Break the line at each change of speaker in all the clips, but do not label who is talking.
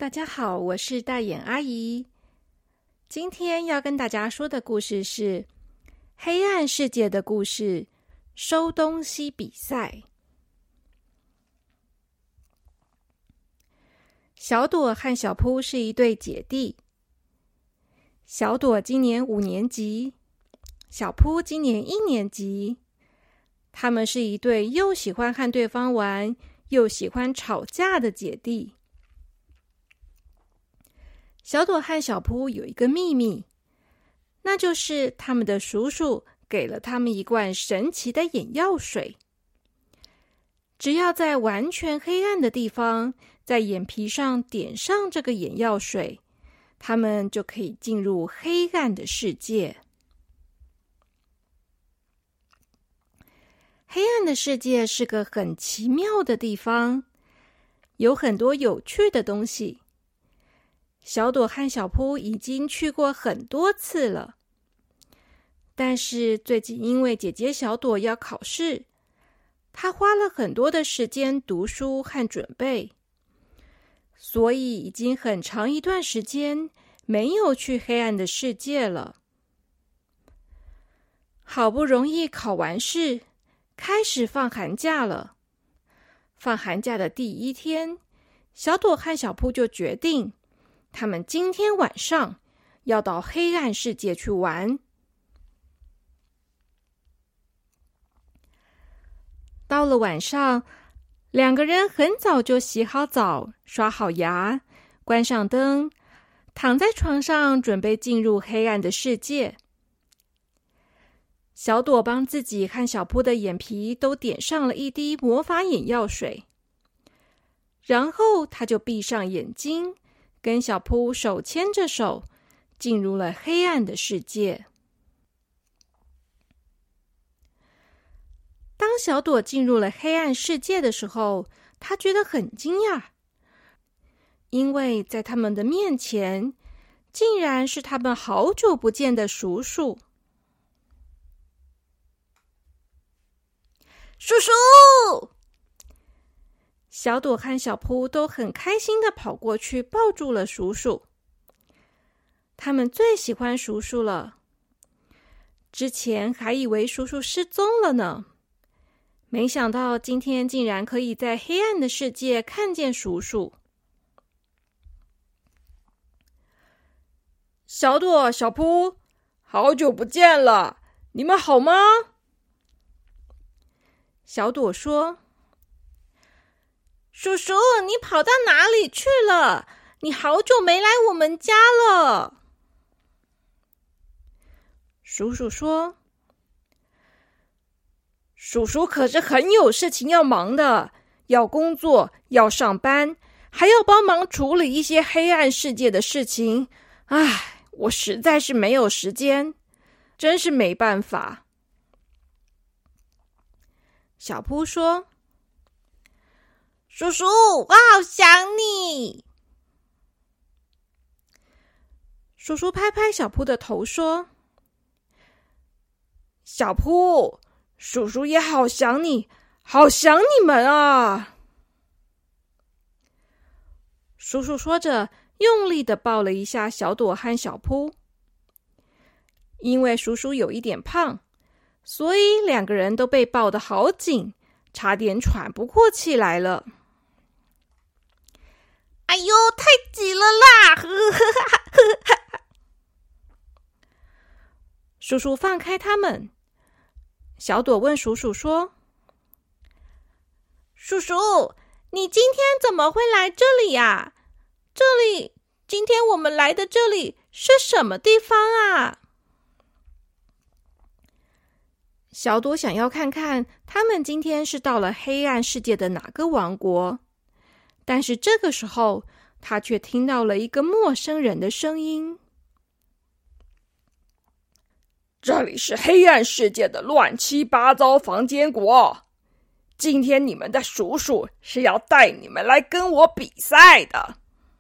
大家好，我是大眼阿姨。今天要跟大家说的故事是黑暗世界的故事，收东西比赛。小朵和小扑是一对姐弟，小朵今年5年级，小扑今年1年级。他们是一对又喜欢和对方玩，又喜欢吵架的姐弟。小朵和小扑有一个秘密，那就是他们的叔叔给了他们一罐神奇的眼药水。只要在完全黑暗的地方，在眼皮上点上这个眼药水，他们就可以进入黑暗的世界。黑暗的世界是个很奇妙的地方，有很多有趣的东西。小朵和小扑已经去过很多次了，但是最近因为姐姐小朵要考试，她花了很多的时间读书和准备，所以已经很长一段时间没有去黑暗的世界了。好不容易考完试，开始放寒假了。放寒假的第1天，小朵和小扑就决定他们今天晚上要到黑暗世界去玩。到了晚上，2个人很早就洗好澡，刷好牙，关上灯，躺在床上准备进入黑暗的世界。小朵帮自己和小扑的眼皮都点上了一滴魔法眼药水，然后他就闭上眼睛，跟小扑手牵着手，进入了黑暗的世界。当小朵进入了黑暗世界的时候，她觉得很惊讶，因为在他们的面前，竟然是他们好久不见的叔叔。叔叔！小朵和小扑都很开心地跑过去抱住了叔叔。他们最喜欢叔叔了，之前还以为叔叔失踪了呢，没想到今天竟然可以在黑暗的世界看见叔叔。
小朵、小扑，好久不见了，你们好吗？
小朵说：
叔叔，你跑到哪里去了？你好久没来我们家了。
叔叔说：
叔叔可是很有事情要忙的，要工作，要上班，还要帮忙处理一些黑暗世界的事情。唉，我实在是没有时间，真是没办法。
小扑说：
叔叔，我好想你。
叔叔拍拍小扑的头说：
小扑，叔叔也好想你，好想你们啊。
叔叔说着，用力地抱了一下小朵和小扑。因为叔叔有一点胖，所以2个人都被抱得好紧，差点喘不过气来了。
哎呦，太挤了啦！
叔叔放开他们。小朵问叔叔说：
叔叔，你今天怎么会来这里呀？今天我们来的这里是什么地方啊？
小朵想要看看他们今天是到了黑暗世界的哪个王国，但是这个时候，他却听到了一个陌生人的声音：
这里是黑暗世界的乱七八糟房间国，今天你们的叔叔是要带你们来跟我比赛的。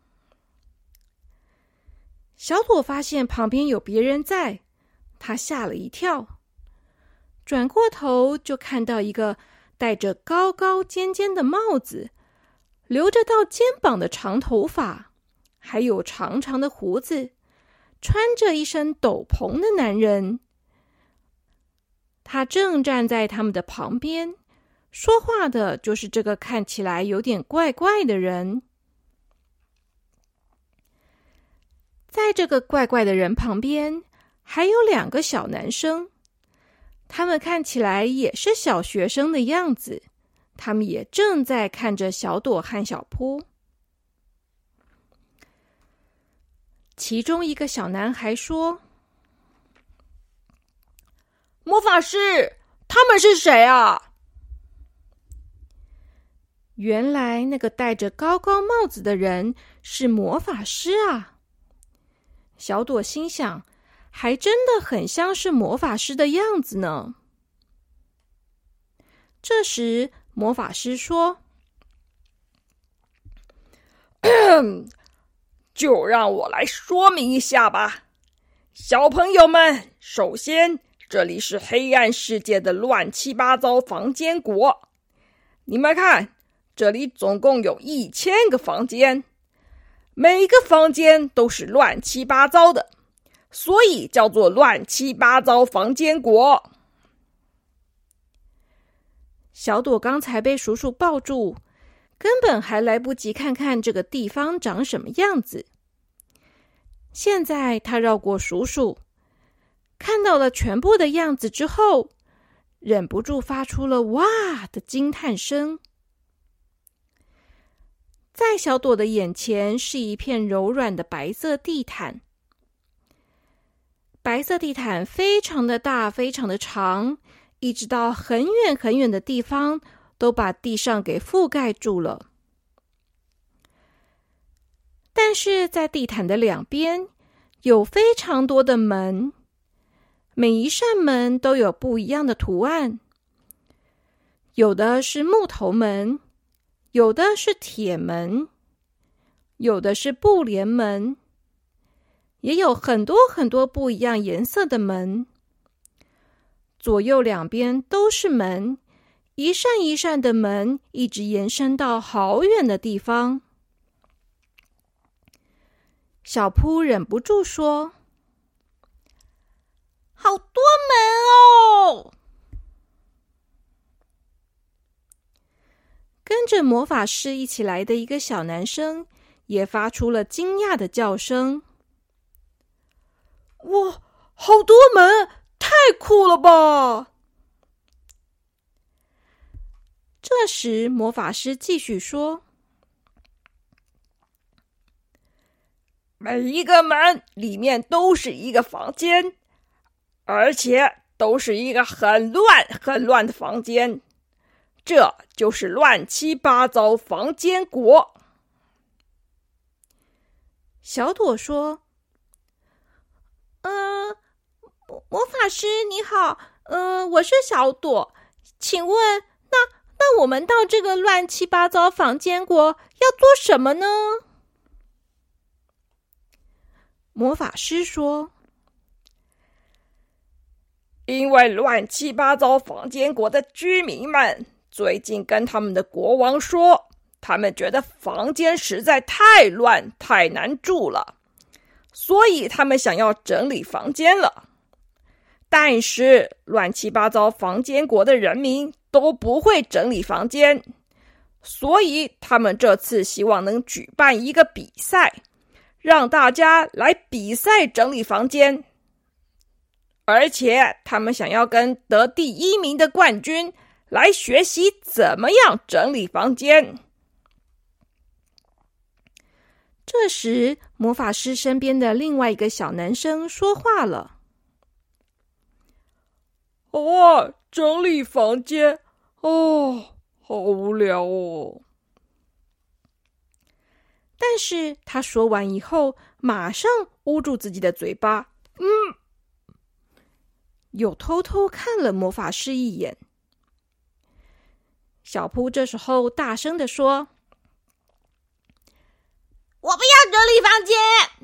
小朵发现旁边有别人在，她吓了一跳，转过头就看到一个戴着高高尖尖的帽子，留着到肩膀的长头发， 还有长长的胡子，穿着一身斗篷的男人。他正站在他们的旁边，说话的就是这个看起来有点怪怪的人。在这个怪怪的人旁边，还有2个小男生，他们看起来也是小学生的样子，他们也正在看着小朵和小扑。其中一个小男孩说：“
魔法师，他们是谁啊？”
原来那个戴着高高帽子的人是魔法师啊！小朵心想，还真的很像是魔法师的样子呢。这时，魔法师说：“
就让我来说明一下吧，小朋友们，首先，这里是黑暗世界的乱七八糟房间国。你们看，这里总共有1000个房间，每个房间都是乱七八糟的，所以叫做乱七八糟房间国。”
小朵刚才被叔叔抱住，根本还来不及看看这个地方长什么样子。现在他绕过叔叔，看到了全部的样子之后，忍不住发出了“哇”的惊叹声。在小朵的眼前是一片柔软的白色地毯，白色地毯非常的大，非常的长，一直到很远很远的地方都把地上给覆盖住了。但是在地毯的2边有非常多的门，每一扇门都有不一样的图案，有的是木头门，有的是铁门，有的是布帘门，也有很多很多不一样颜色的门。左右2边都是门，一扇一扇的门一直延伸到好远的地方。小扑忍不住说：“
好多门哦！”
跟着魔法师一起来的一个小男生也发出了惊讶的叫声：“
哇，好多门，太酷了吧！”
这时魔法师继续说：“
每一个门里面都是一个房间，而且都是一个很乱很乱的房间，这就是乱七八糟房间国。”
小朵说：“
魔法师你好，我是小朵，请问那我们到这个乱七八糟房间国要做什么呢？”
魔法师说：“
因为乱七八糟房间国的居民们最近跟他们的国王说，他们觉得房间实在太乱太难住了，所以他们想要整理房间了。但是乱七八糟房间国的人民都不会整理房间，所以他们这次希望能举办一个比赛，让大家来比赛整理房间，而且他们想要跟得第1名的冠军来学习怎么样整理房间。”
这时魔法师身边的另外一个小男生说话了：“
哇，整理房间，哦，好无聊哦。”
但是他说完以后，马上捂住自己的嘴巴，又偷偷看了魔法师一眼。小扑这时候大声地说：“
我不要整理房间！”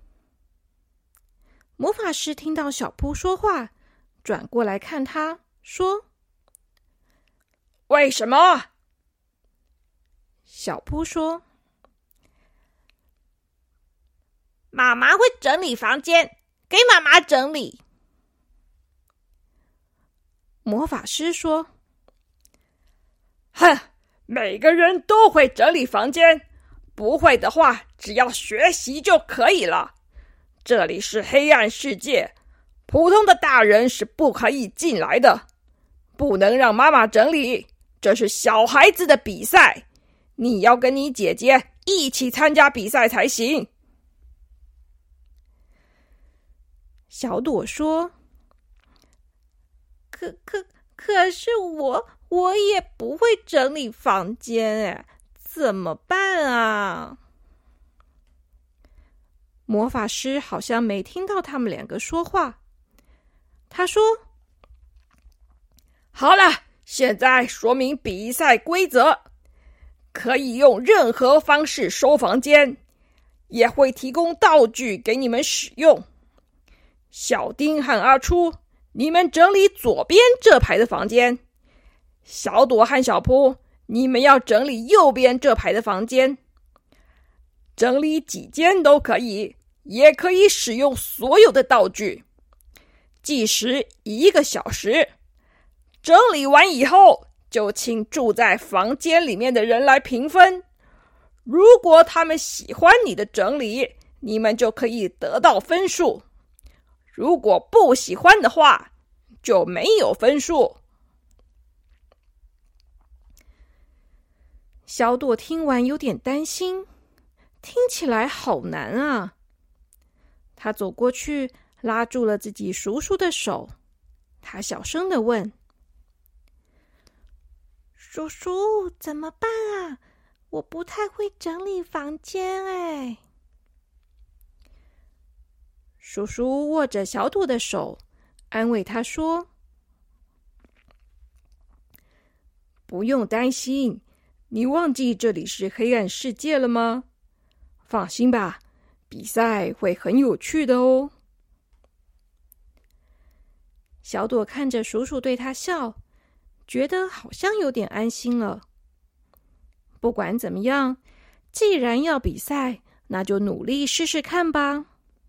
魔法师听到小扑说话，转过来看他，说：“
为什么？”
小扑说：“
妈妈会整理房间，给妈妈整理。
魔法师说：
哼，每个人都会整理房间，不会的话，只要学习就可以了。这里是黑暗世界，普通的大人是不可以进来的，不能让妈妈整理，这是小孩子的比赛，你要跟你姐姐一起参加比赛才行。
小朵说：
可是我也不会整理房间哎，怎么办啊？
魔法师好像没听到他们两个说话。他说：
好了，现在说明比赛规则，可以用任何方式收房间，也会提供道具给你们使用。小丁和阿初，你们整理左边这排的房间；小朵和小扑，你们要整理右边这排的房间。整理几间都可以，也可以使用所有的道具。计时1个小时，整理完以后，就请住在房间里面的人来评分。如果他们喜欢你的整理，你们就可以得到分数。如果不喜欢的话，就没有分数。
小朵听完有点担心，听起来好难啊。他走过去，拉住了自己叔叔的手，他小声地问：
叔叔，怎么办啊？我不太会整理房间哎。
叔叔握着小朵的手，安慰他说：不用担心，你忘记这里是黑暗世界了吗？放心吧，比赛会很有趣的哦。小朵看着叔叔对他笑，觉得好像有点安心了。不管怎么样，既然要比赛，那就努力试试看吧。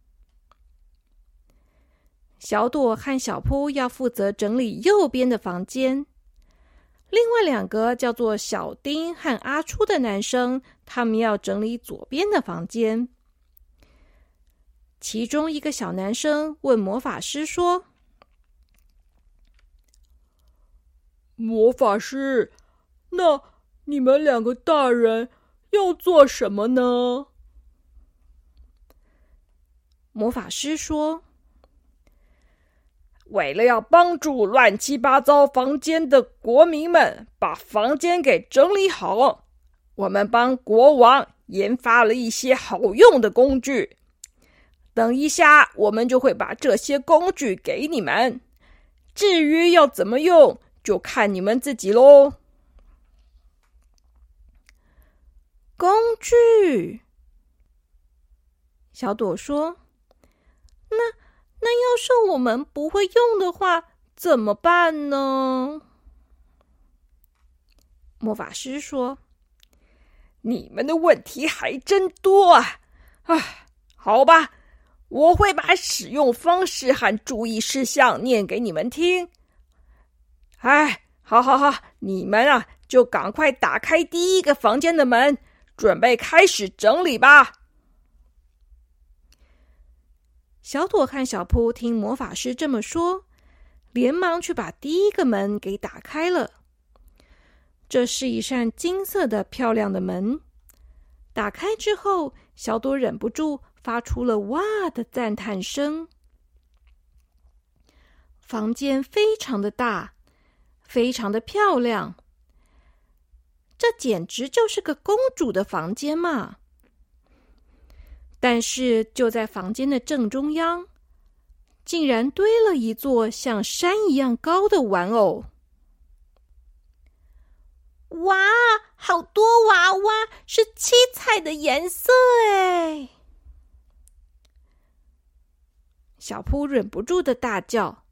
小朵和小扑要负责整理右边的房间，另外2个叫做小丁和阿初的男生，他们要整理左边的房间。其中一个小男生问魔法师说：
魔法师，那你们2个大人要做什么呢？
魔法师说：
为了要帮助乱七八糟房间的国民们把房间给整理好，我们帮国王研发了一些好用的工具。等一下，我们就会把这些工具给你们。至于要怎么用，就看你们自己咯。
工具，小朵说：
那要是我们不会用的话，怎么办呢？
魔法师说：
你们的问题还真多啊！好吧，我会把使用方式和注意事项念给你们听。好，你们啊，就赶快打开第1个房间的门，准备开始整理吧。
小朵和小扑听魔法师这么说，连忙去把第1个门给打开了。这是一扇金色的漂亮的门，打开之后，小朵忍不住发出了哇的赞叹声。房间非常的大，非常的漂亮，这简直就是个公主的房间嘛！但是就在房间的正中央，竟然堆了一座像山一样高的玩偶。
哇，好多娃娃，是7彩的颜色哎！
小扑忍不住的大叫。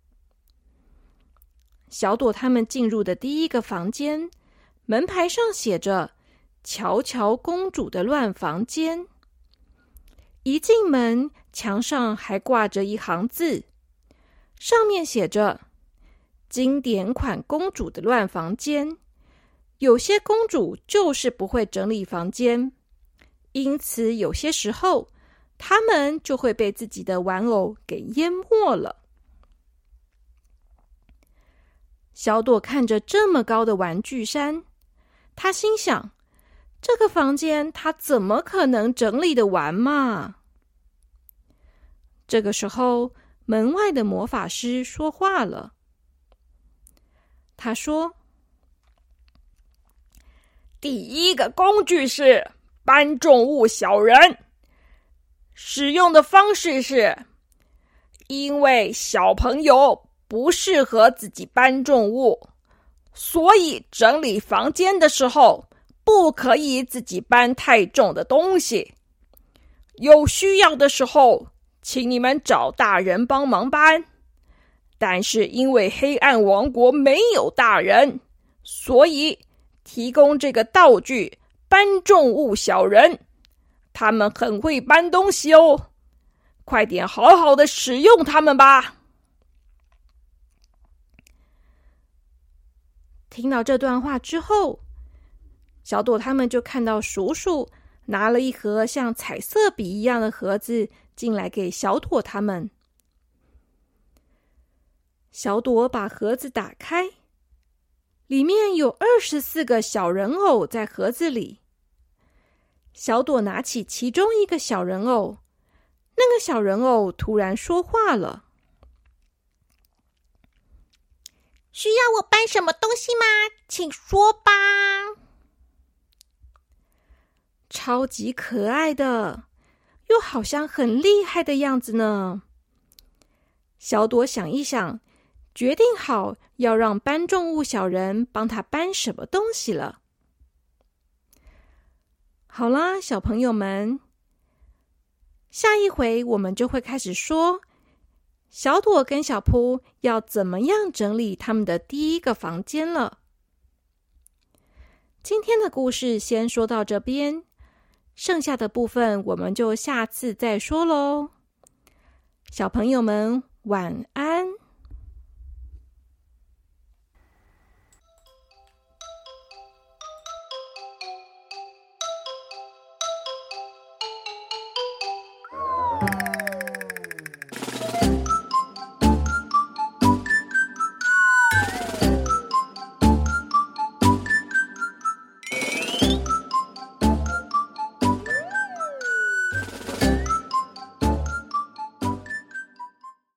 小朵他们进入的第1个房间，门牌上写着“乔乔公主的乱房间”。 一进门，墙上还挂着一行字，上面写着经典款公主的乱房间。有些公主就是不会整理房间，因此有些时候她们就会被自己的玩偶给淹没了。小朵看着这么高的玩具山，她心想，这个房间她怎么可能整理得完嘛？这个时候，门外的魔法师说话了。他说，
第一个工具是搬重物小人，使用的方式是，因为小朋友不适合自己搬重物，所以整理房间的时候不可以自己搬太重的东西。有需要的时候，请你们找大人帮忙搬。但是因为黑暗王国没有大人，所以提供这个道具搬重物小人，他们很会搬东西哦，快点好好的使用他们吧。
听到这段话之后，小朵他们就看到叔叔拿了一盒像彩色笔一样的盒子进来给小朵他们。小朵把盒子打开，里面有24个小人偶在盒子里。小朵拿起其中一个小人偶，那个小人偶突然说话了。
需要我搬什么东西吗？请说吧。
超级可爱的，又好像很厉害的样子呢。小朵想一想，决定好要让搬重物小人帮他搬什么东西了。好啦，小朋友们，下一回我们就会开始说小朵跟小扑要怎么样整理他们的第一个房间了。今天的故事先说到这边，剩下的部分我们就下次再说咯。小朋友们晚安。